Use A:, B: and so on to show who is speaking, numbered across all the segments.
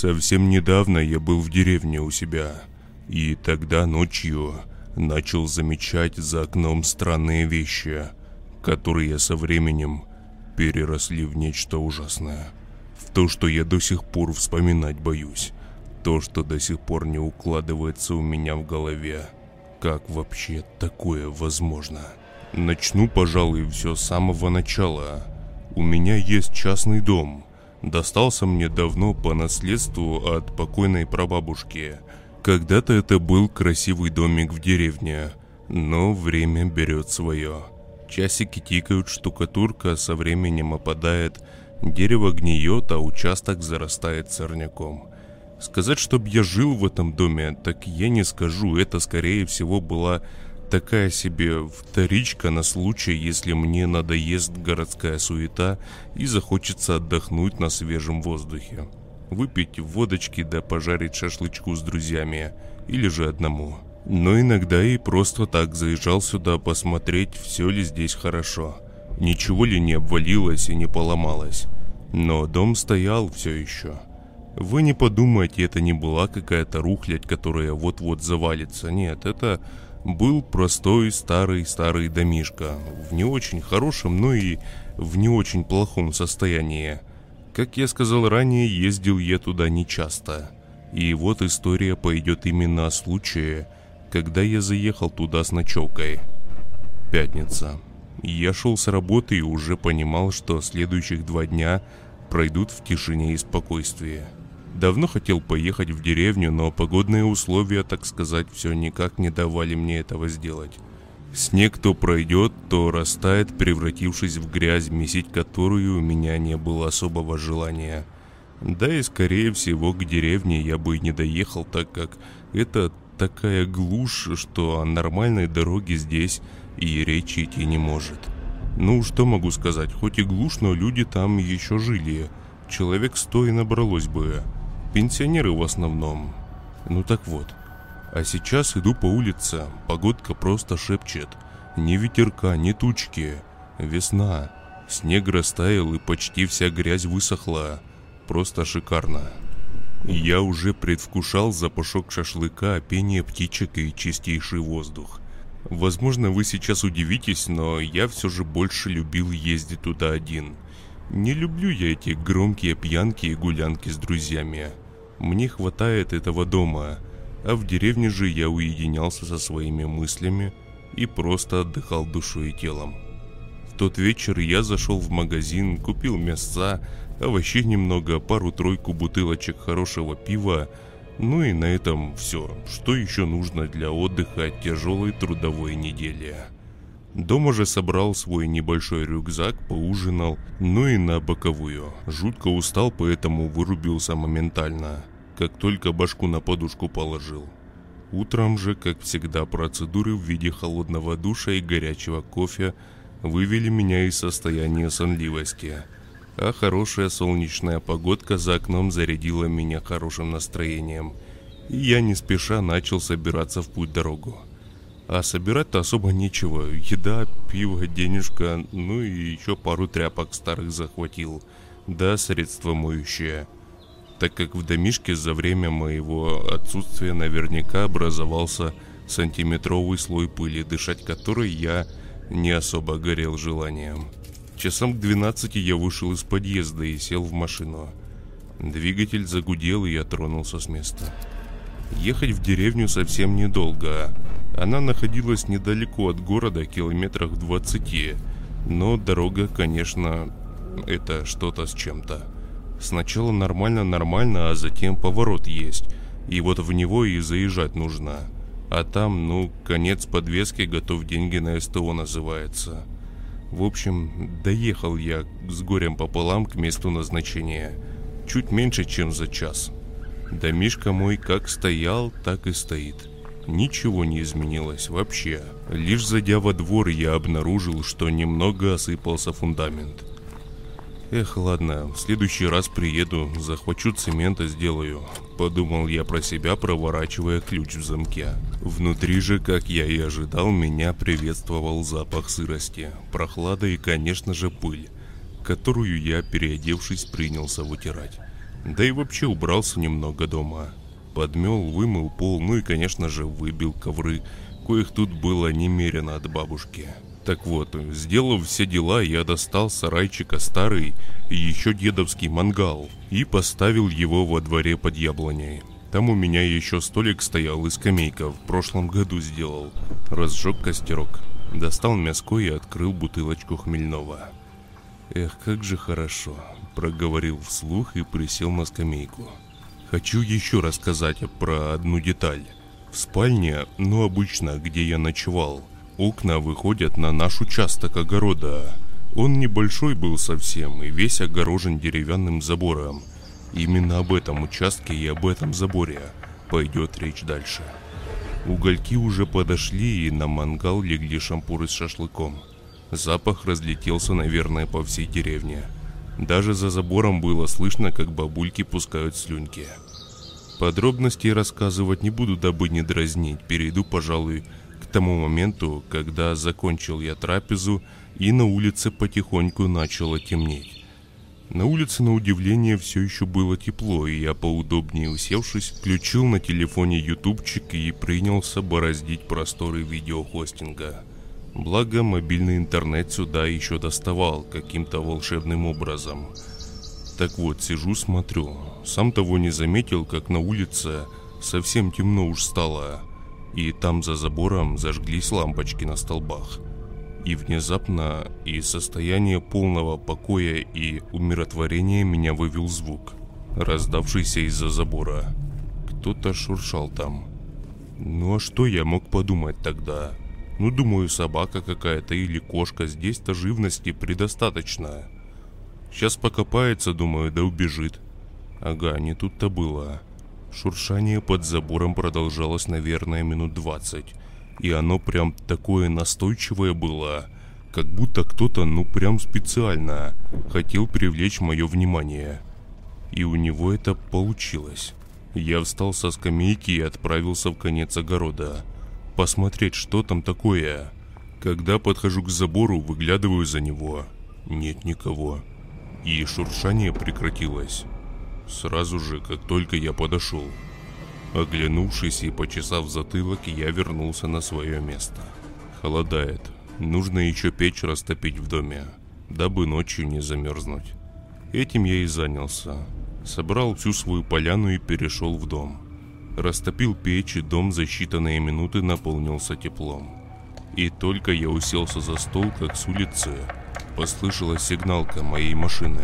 A: Совсем недавно я был в деревне у себя, и тогда ночью начал замечать за окном странные вещи, которые со временем переросли в нечто ужасное. В то, что я до сих пор вспоминать боюсь. То, что до сих пор не укладывается у меня в голове. Как вообще такое возможно? Начну, пожалуй, все с самого начала. У меня есть частный дом. Достался мне давно по наследству от покойной прабабушки. Когда-то это был красивый домик в деревне, но время берет свое. Часики тикают, штукатурка со временем опадает, дерево гниет, а участок зарастает сорняком. Сказать, чтоб я жил в этом доме, так я не скажу. Это, скорее всего, была такая себе вторичка на случай, если мне надоест городская суета и захочется отдохнуть на свежем воздухе. Выпить водочки да пожарить шашлычку с друзьями, или же одному. Но иногда и просто так заезжал сюда посмотреть, все ли здесь хорошо. Ничего ли не обвалилось и не поломалось. Но дом стоял все еще. Вы не подумайте, это не была какая-то рухлядь, которая вот-вот завалится. Нет, это был простой старый домишка. В не очень хорошем, но и в не очень плохом состоянии. Как я сказал ранее, ездил я туда нечасто. И вот история пойдет именно о случае, когда я заехал туда с ночевкой. Пятница. Я шел с работы и уже понимал, что следующих 2 дня пройдут в тишине и спокойствии. Давно хотел поехать в деревню, но погодные условия, так сказать, все никак не давали мне этого сделать. Снег то пройдет, то растает, превратившись в грязь, месить которую у меня не было особого желания. Да и скорее всего к деревне я бы и не доехал, так как это такая глушь, что о нормальной дороге здесь и речи идти не может. Ну, что могу сказать, хоть и глушь, но люди там еще жили. Человек 100 и набралось бы. Пенсионеры в основном. Ну так вот. А сейчас иду по улице, погодка просто шепчет. Ни ветерка, ни тучки. Весна. Снег растаял и почти вся грязь высохла. Просто шикарно. Я уже предвкушал запашок шашлыка, пение птичек и чистейший воздух. Возможно, вы сейчас удивитесь, но я все же больше любил ездить туда один. Не люблю я эти громкие пьянки и гулянки с друзьями. Мне хватает этого дома, а в деревне же я уединялся со своими мыслями и просто отдыхал душой и телом. В тот вечер я зашел в магазин, купил мясца, овощей немного, пару-тройку бутылочек хорошего пива. Ну и на этом все, что еще нужно для отдыха от тяжелой трудовой недели. Дома же собрал свой небольшой рюкзак, поужинал, ну и на боковую. Жутко устал, поэтому вырубился моментально, как только башку на подушку положил. Утром же, как всегда, процедуры в виде холодного душа и горячего кофе вывели меня из состояния сонливости. А хорошая солнечная погодка за окном зарядила меня хорошим настроением. И я не спеша начал собираться в путь-дорогу. А собирать-то особо нечего. Еда, пиво, денежка, ну и еще пару тряпок старых захватил. Да, средства моющие. Так как в домишке за время моего отсутствия наверняка образовался сантиметровый слой пыли, дышать которой я не особо горел желанием. Часам к 12 я вышел из подъезда и сел в машину. Двигатель загудел, и я тронулся с места. Ехать в деревню совсем недолго. Она находилась недалеко от города, километрах в 20. Но дорога, конечно, это что-то с чем-то. Сначала нормально, а затем поворот есть. И вот в него и заезжать нужно. А там, конец подвески, готов деньги на СТО называется. В общем, доехал я с горем пополам к месту назначения. Чуть меньше, чем за час. Домишко мой как стоял, так и стоит. Ничего не изменилось вообще. Лишь зайдя во двор, я обнаружил, что немного осыпался фундамент. Эх, ладно, в следующий раз приеду, захвачу цемента, сделаю. Подумал я про себя, проворачивая ключ в замке. Внутри же, как я и ожидал, меня приветствовал запах сырости, прохлада и, конечно же, пыль, которую я, переодевшись, принялся вытирать. Да и вообще убрался немного дома. Подмел, вымыл пол, ну и, конечно же, выбил ковры, коих тут было немерено от бабушки. Так вот, сделав все дела, я достал с сарайчика старый и еще дедовский мангал и поставил его во дворе под яблоней. Там у меня еще столик стоял и скамейка, в прошлом году сделал. Разжег костерок, достал мяско и открыл бутылочку хмельного. Эх, как же хорошо, проговорил вслух и присел на скамейку. Хочу еще рассказать про одну деталь. В спальне, обычно, где я ночевал, окна выходят на наш участок огорода. Он небольшой был совсем и весь огорожен деревянным забором. Именно об этом участке и об этом заборе пойдет речь дальше. Угольки уже подошли, и на мангал легли шампуры с шашлыком. Запах разлетелся, наверное, по всей деревне. Даже за забором было слышно, как бабульки пускают слюнки. Подробностей рассказывать не буду, дабы не дразнить. Перейду, пожалуй, к тому моменту, когда закончил я трапезу, и на улице потихоньку начало темнеть. На улице, на удивление, все еще было тепло, и я, поудобнее усевшись, включил на телефоне ютубчик и принялся бороздить просторы видеохостинга. Благо, мобильный интернет сюда еще доставал каким-то волшебным образом. Так вот, сижу, смотрю. Сам того не заметил, как на улице совсем темно уж стало, и там за забором зажглись лампочки на столбах. И внезапно из состояния полного покоя и умиротворения меня вывел звук, раздавшийся из-за забора. Кто-то шуршал там. Ну а что я мог подумать тогда? Думаю, собака какая-то или кошка, здесь-то живности предостаточно. Сейчас покопается, думаю, да убежит. Ага, не тут-то было. Шуршание под забором продолжалось, наверное, минут 20. И оно прям такое настойчивое было, как будто кто-то, прям специально хотел привлечь мое внимание. И у него это получилось. Я встал со скамейки и отправился в конец огорода. Посмотреть, что там такое. Когда подхожу к забору, выглядываю за него. Нет никого. И шуршание прекратилось. Сразу же, как только я подошел. Оглянувшись и почесав затылок, я вернулся на свое место. Холодает. Нужно еще печь растопить в доме, дабы ночью не замерзнуть. Этим я и занялся. Собрал всю свою поляну и перешел в дом. Растопил печь, и дом за считанные минуты наполнился теплом. И только я уселся за стол, как с улицы послышалась сигналка моей машины.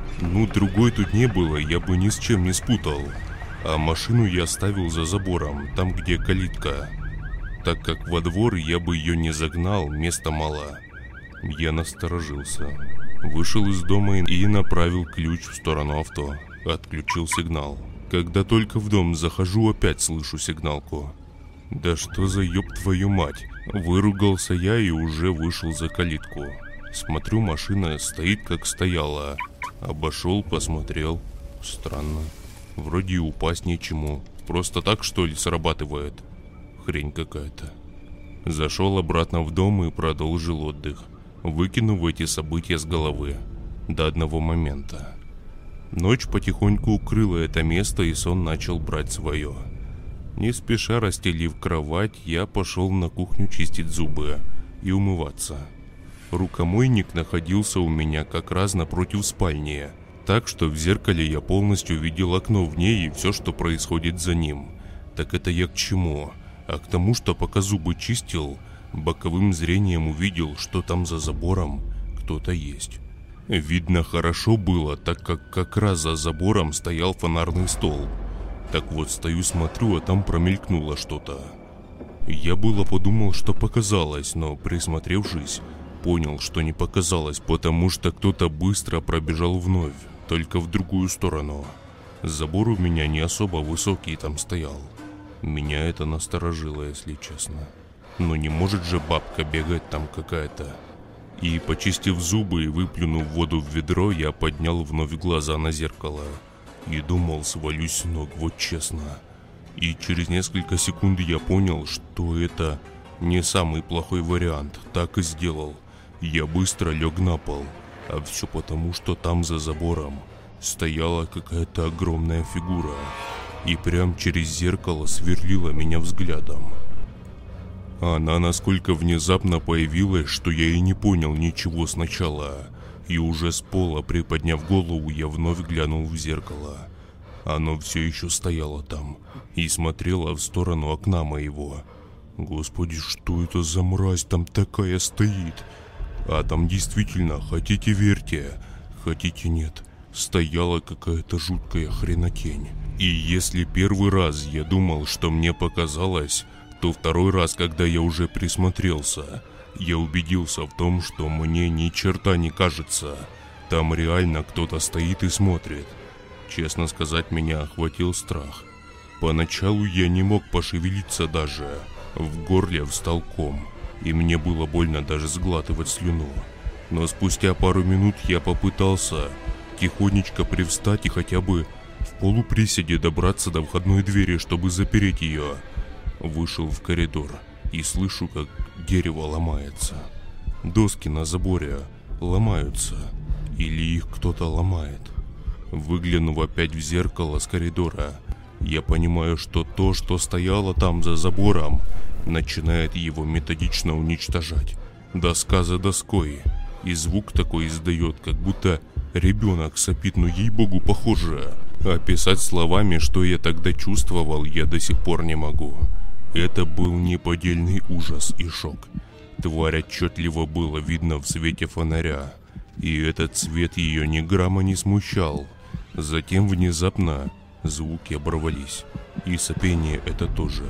A: Другой тут не было, я бы ни с чем не спутал. А машину я оставил за забором, там где калитка. Так как во двор я бы ее не загнал, места мало. Я насторожился. Вышел из дома и направил ключ в сторону авто. Отключил сигнал. Когда только в дом захожу, опять слышу сигналку. Да что за ёб твою мать? Выругался я и уже вышел за калитку. Смотрю, машина стоит как стояла. Обошел, посмотрел. Странно. Вроде и упасть нечему. Просто так, что ли, срабатывает? Хрень какая-то. Зашел обратно в дом и продолжил отдых, выкинув эти события с головы. До одного момента. Ночь потихоньку укрыла это место, и сон начал брать свое. Не спеша расстелив кровать, я пошел на кухню чистить зубы и умываться. Рукомойник находился у меня как раз напротив спальни, так что в зеркале я полностью видел окно в ней и все, что происходит за ним. Так это я к чему? А к тому, что пока зубы чистил, боковым зрением увидел, что там за забором кто-то есть. Видно хорошо было, так как раз за забором стоял фонарный столб. Так вот, стою, смотрю, а там промелькнуло что-то. Я было подумал, что показалось, но присмотревшись, понял, что не показалось, потому что кто-то быстро пробежал вновь, только в другую сторону. Забор у меня не особо высокий там стоял. Меня это насторожило, если честно. Но не может же бабка бегать там какая-то. И, почистив зубы и выплюнув воду в ведро, я поднял вновь глаза на зеркало. И думал, свалюсь с ног, вот честно. И через несколько секунд я понял, что это не самый плохой вариант. Так и сделал. Я быстро лег на пол. А все потому, что там за забором стояла какая-то огромная фигура и прям через зеркало сверлила меня взглядом. Она настолько внезапно появилась, что я и не понял ничего сначала, и уже с пола, приподняв голову, я вновь глянул в зеркало. Оно все еще стояло там и смотрело в сторону окна моего. Господи, что это за мразь там такая стоит? А там действительно, хотите верьте, хотите нет, стояла какая-то жуткая хренотень. И если первый раз я думал, что мне показалось, то второй раз, когда я уже присмотрелся, я убедился в том, что мне ни черта не кажется. Там реально кто-то стоит и смотрит. Честно сказать, меня охватил страх. Поначалу я не мог пошевелиться даже. В горле встал ком, и мне было больно даже сглатывать слюну. Но спустя пару минут я попытался тихонечко привстать и хотя бы в полуприседе добраться до входной двери, чтобы запереть ее. Вышел в коридор и слышу, как дерево ломается. Доски на заборе ломаются, или их кто-то ломает. Выглянув опять в зеркало с коридора, я понимаю, что то, что стояло там за забором, начинает его методично уничтожать, доска за доской, и звук такой издает, как будто ребенок сопит, но ей-богу похоже. Описать словами, что я тогда чувствовал, я до сих пор не могу. Это был неподдельный ужас и шок. Тварь отчетливо было видно в свете фонаря, и этот свет ее ни грамма не смущал. Затем внезапно звуки оборвались, и сопение это тоже.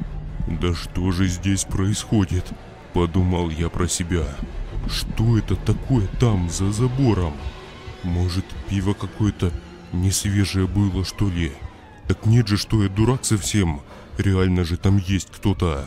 A: «Да что же здесь происходит?» – подумал я про себя. «Что это такое там, за забором? Может, пиво какое-то несвежее было, что ли? Так нет же, что я дурак совсем, реально же там есть кто-то».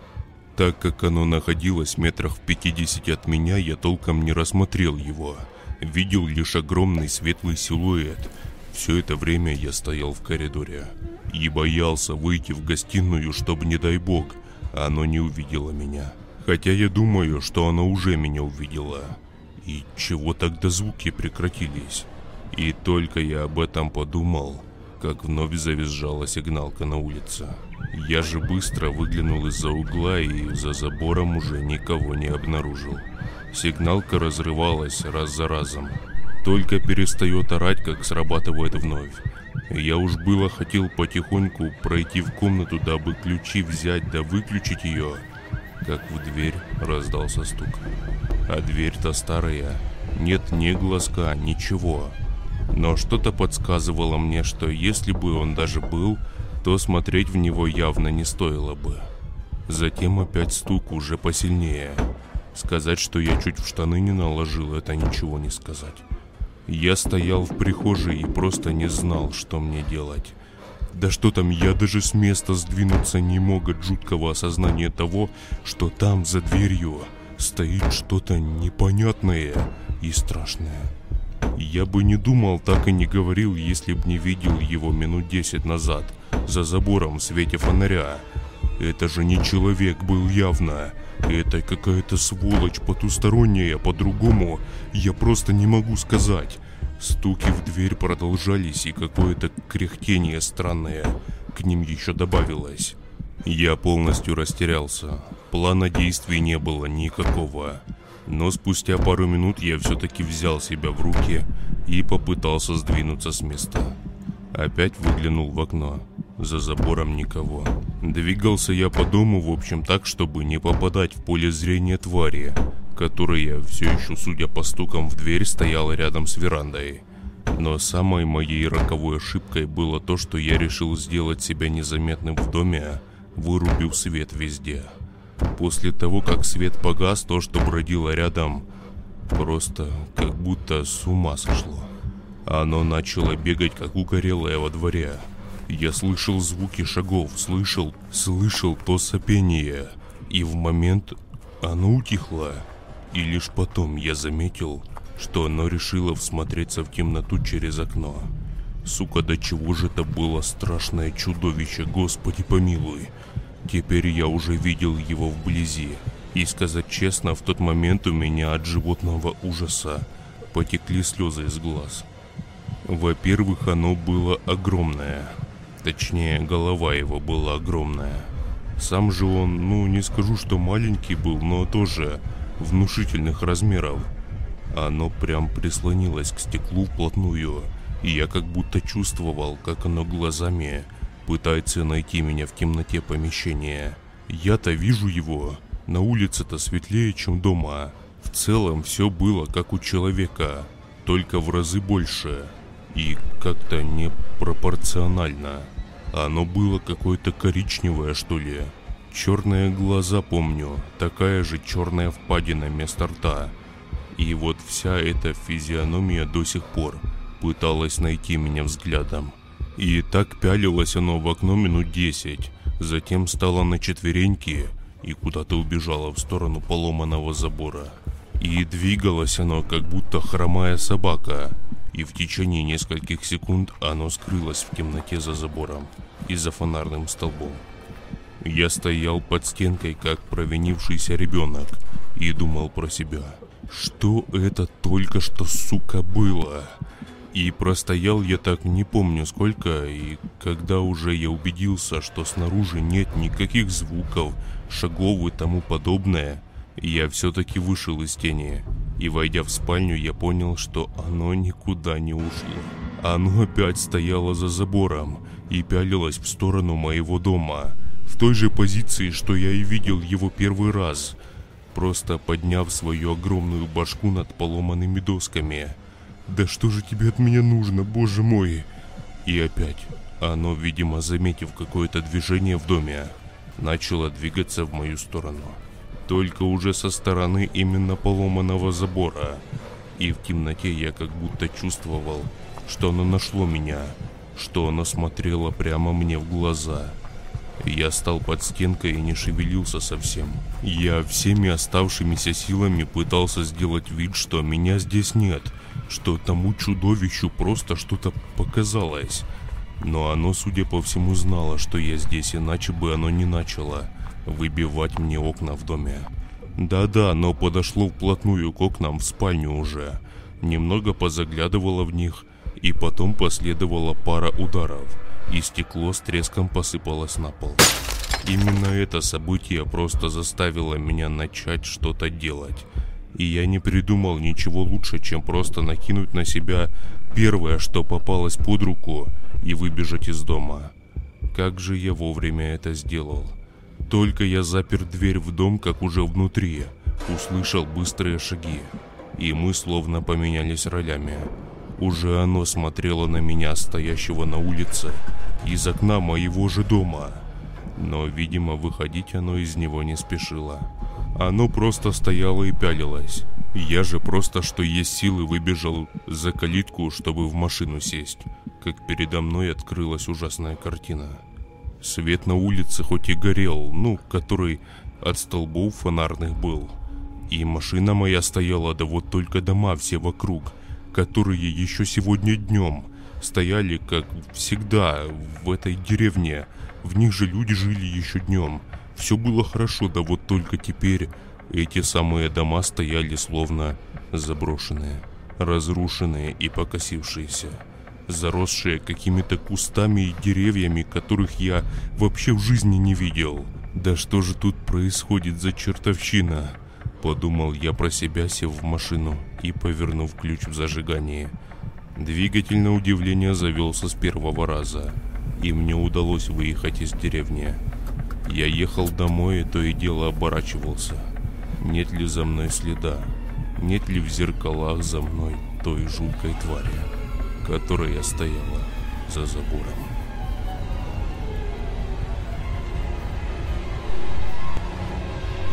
A: Так как оно находилось метрах в 50 от меня, я толком не рассмотрел его. Видел лишь огромный светлый силуэт. Все это время я стоял в коридоре и боялся выйти в гостиную, чтобы, не дай бог, оно не увидело меня. Хотя я думаю, что оно уже меня увидело. И чего тогда звуки прекратились? И только я об этом подумал, как вновь завизжала сигналка на улице. Я же быстро выглянул из-за угла и за забором уже никого не обнаружил. Сигналка разрывалась раз за разом. Только перестает орать, как срабатывает вновь. Я уж было хотел потихоньку пройти в комнату, дабы ключи взять да выключить ее, как в дверь раздался стук. А дверь-то старая, нет ни глазка, ничего. Но что-то подсказывало мне, что если бы он даже был, то смотреть в него явно не стоило бы. Затем опять стук уже посильнее. Сказать, что я чуть в штаны не наложил, это ничего не сказать. Я стоял в прихожей и просто не знал, что мне делать. Да что там, я даже с места сдвинуться не мог от жуткого осознания того, что там за дверью стоит что-то непонятное и страшное. Я бы не думал, так и не говорил, если б не видел его минут 10 назад, за забором в свете фонаря. Это же не человек был явно. Это какая-то сволочь потусторонняя, по-другому я просто не могу сказать. Стуки в дверь продолжались, и какое-то кряхтение странное к ним еще добавилось. Я полностью растерялся. Плана действий не было никакого. Но спустя пару минут я все-таки взял себя в руки и попытался сдвинуться с места. Опять выглянул в окно. За забором никого. Двигался я по дому, в общем, так, чтобы не попадать в поле зрения твари, которая все еще, судя по стукам в дверь, стояла рядом с верандой. Но самой моей роковой ошибкой было то, что я решил сделать себя незаметным в доме, вырубив свет везде. После того, как свет погас, то, что бродило рядом, просто как будто с ума сошло. Оно начало бегать, как угорелое во дворе. Я слышал звуки шагов, слышал то сопение, и в момент оно утихло. И лишь потом я заметил, что оно решило всмотреться в темноту через окно. Сука, до чего же это было страшное чудовище, Господи помилуй. Теперь я уже видел его вблизи, и сказать честно, в тот момент у меня от животного ужаса потекли слезы из глаз. Во-первых, оно было огромное. Точнее, голова его была огромная. Сам же он, не скажу, что маленький был, но тоже внушительных размеров. Оно прям прислонилось к стеклу вплотную, и я как будто чувствовал, как оно глазами пытается найти меня в темноте помещения. Я-то вижу его, на улице-то светлее, чем дома. В целом все было как у человека, только в разы больше. И как-то непропорционально. Оно было какое-то коричневое, что ли. Черные глаза, помню, такая же черная впадина вместо рта. И вот вся эта физиономия до сих пор пыталась найти меня взглядом. И так пялилось оно в окно минут 10, затем стало на четвереньки и куда-то убежало в сторону поломанного забора. И двигалось оно, как будто хромая собака, и в течение нескольких секунд оно скрылось в темноте за забором и за фонарным столбом. Я стоял под стенкой, как провинившийся ребенок, и думал про себя, что это только что, сука, было. И простоял я так не помню сколько, и когда уже я убедился, что снаружи нет никаких звуков, шагов и тому подобное, я все-таки вышел из тени, и войдя в спальню, я понял, что оно никуда не ушло. Оно опять стояло за забором и пялилось в сторону моего дома, в той же позиции, что я и видел его первый раз, просто подняв свою огромную башку над поломанными досками. «Да что же тебе от меня нужно, боже мой?» И опять оно, видимо, заметив какое-то движение в доме, начало двигаться в мою сторону. Только уже со стороны именно поломанного забора. И в темноте я как будто чувствовал, что оно нашло меня, что оно смотрело прямо мне в глаза. Я стал под стенкой и не шевелился совсем. Я всеми оставшимися силами пытался сделать вид, что меня здесь нет, что тому чудовищу просто что-то показалось. Но оно, судя по всему, знало, что я здесь, иначе бы оно не начало выбивать мне окна в доме. Да-да, но подошло вплотную к окнам в спальню уже, немного позаглядывало в них, и потом последовала пара ударов, и стекло с треском посыпалось на пол. Именно это событие просто заставило меня начать что-то делать. И я не придумал ничего лучше, чем просто накинуть на себя первое, что попалось под руку, и выбежать из дома. Как же я вовремя это сделал. Только я запер дверь в дом, как уже внутри услышал быстрые шаги, и мы словно поменялись ролями. Уже оно смотрело на меня, стоящего на улице, из окна моего же дома. Но, видимо, выходить оно из него не спешило. Оно просто стояло и пялилось. Я же просто, что есть силы, выбежал за калитку, чтобы в машину сесть, как передо мной открылась ужасная картина. Свет на улице хоть и горел, который от столбов фонарных был. И машина моя стояла, да вот только дома все вокруг, которые еще сегодня днем стояли, как всегда, в этой деревне. В них же люди жили еще днем. Все было хорошо, да вот только теперь эти самые дома стояли словно заброшенные, разрушенные и покосившиеся, заросшие какими-то кустами и деревьями, которых я вообще в жизни не видел. Да что же тут происходит за чертовщина? Подумал я про себя, сев в машину и повернув ключ в зажигании. Двигатель, на удивление, завелся с первого раза, и мне удалось выехать из деревни. Я ехал домой и то и дело оборачивался. Нет ли за мной следа? Нет ли в зеркалах за мной той жуткой твари, которая стояла за забором?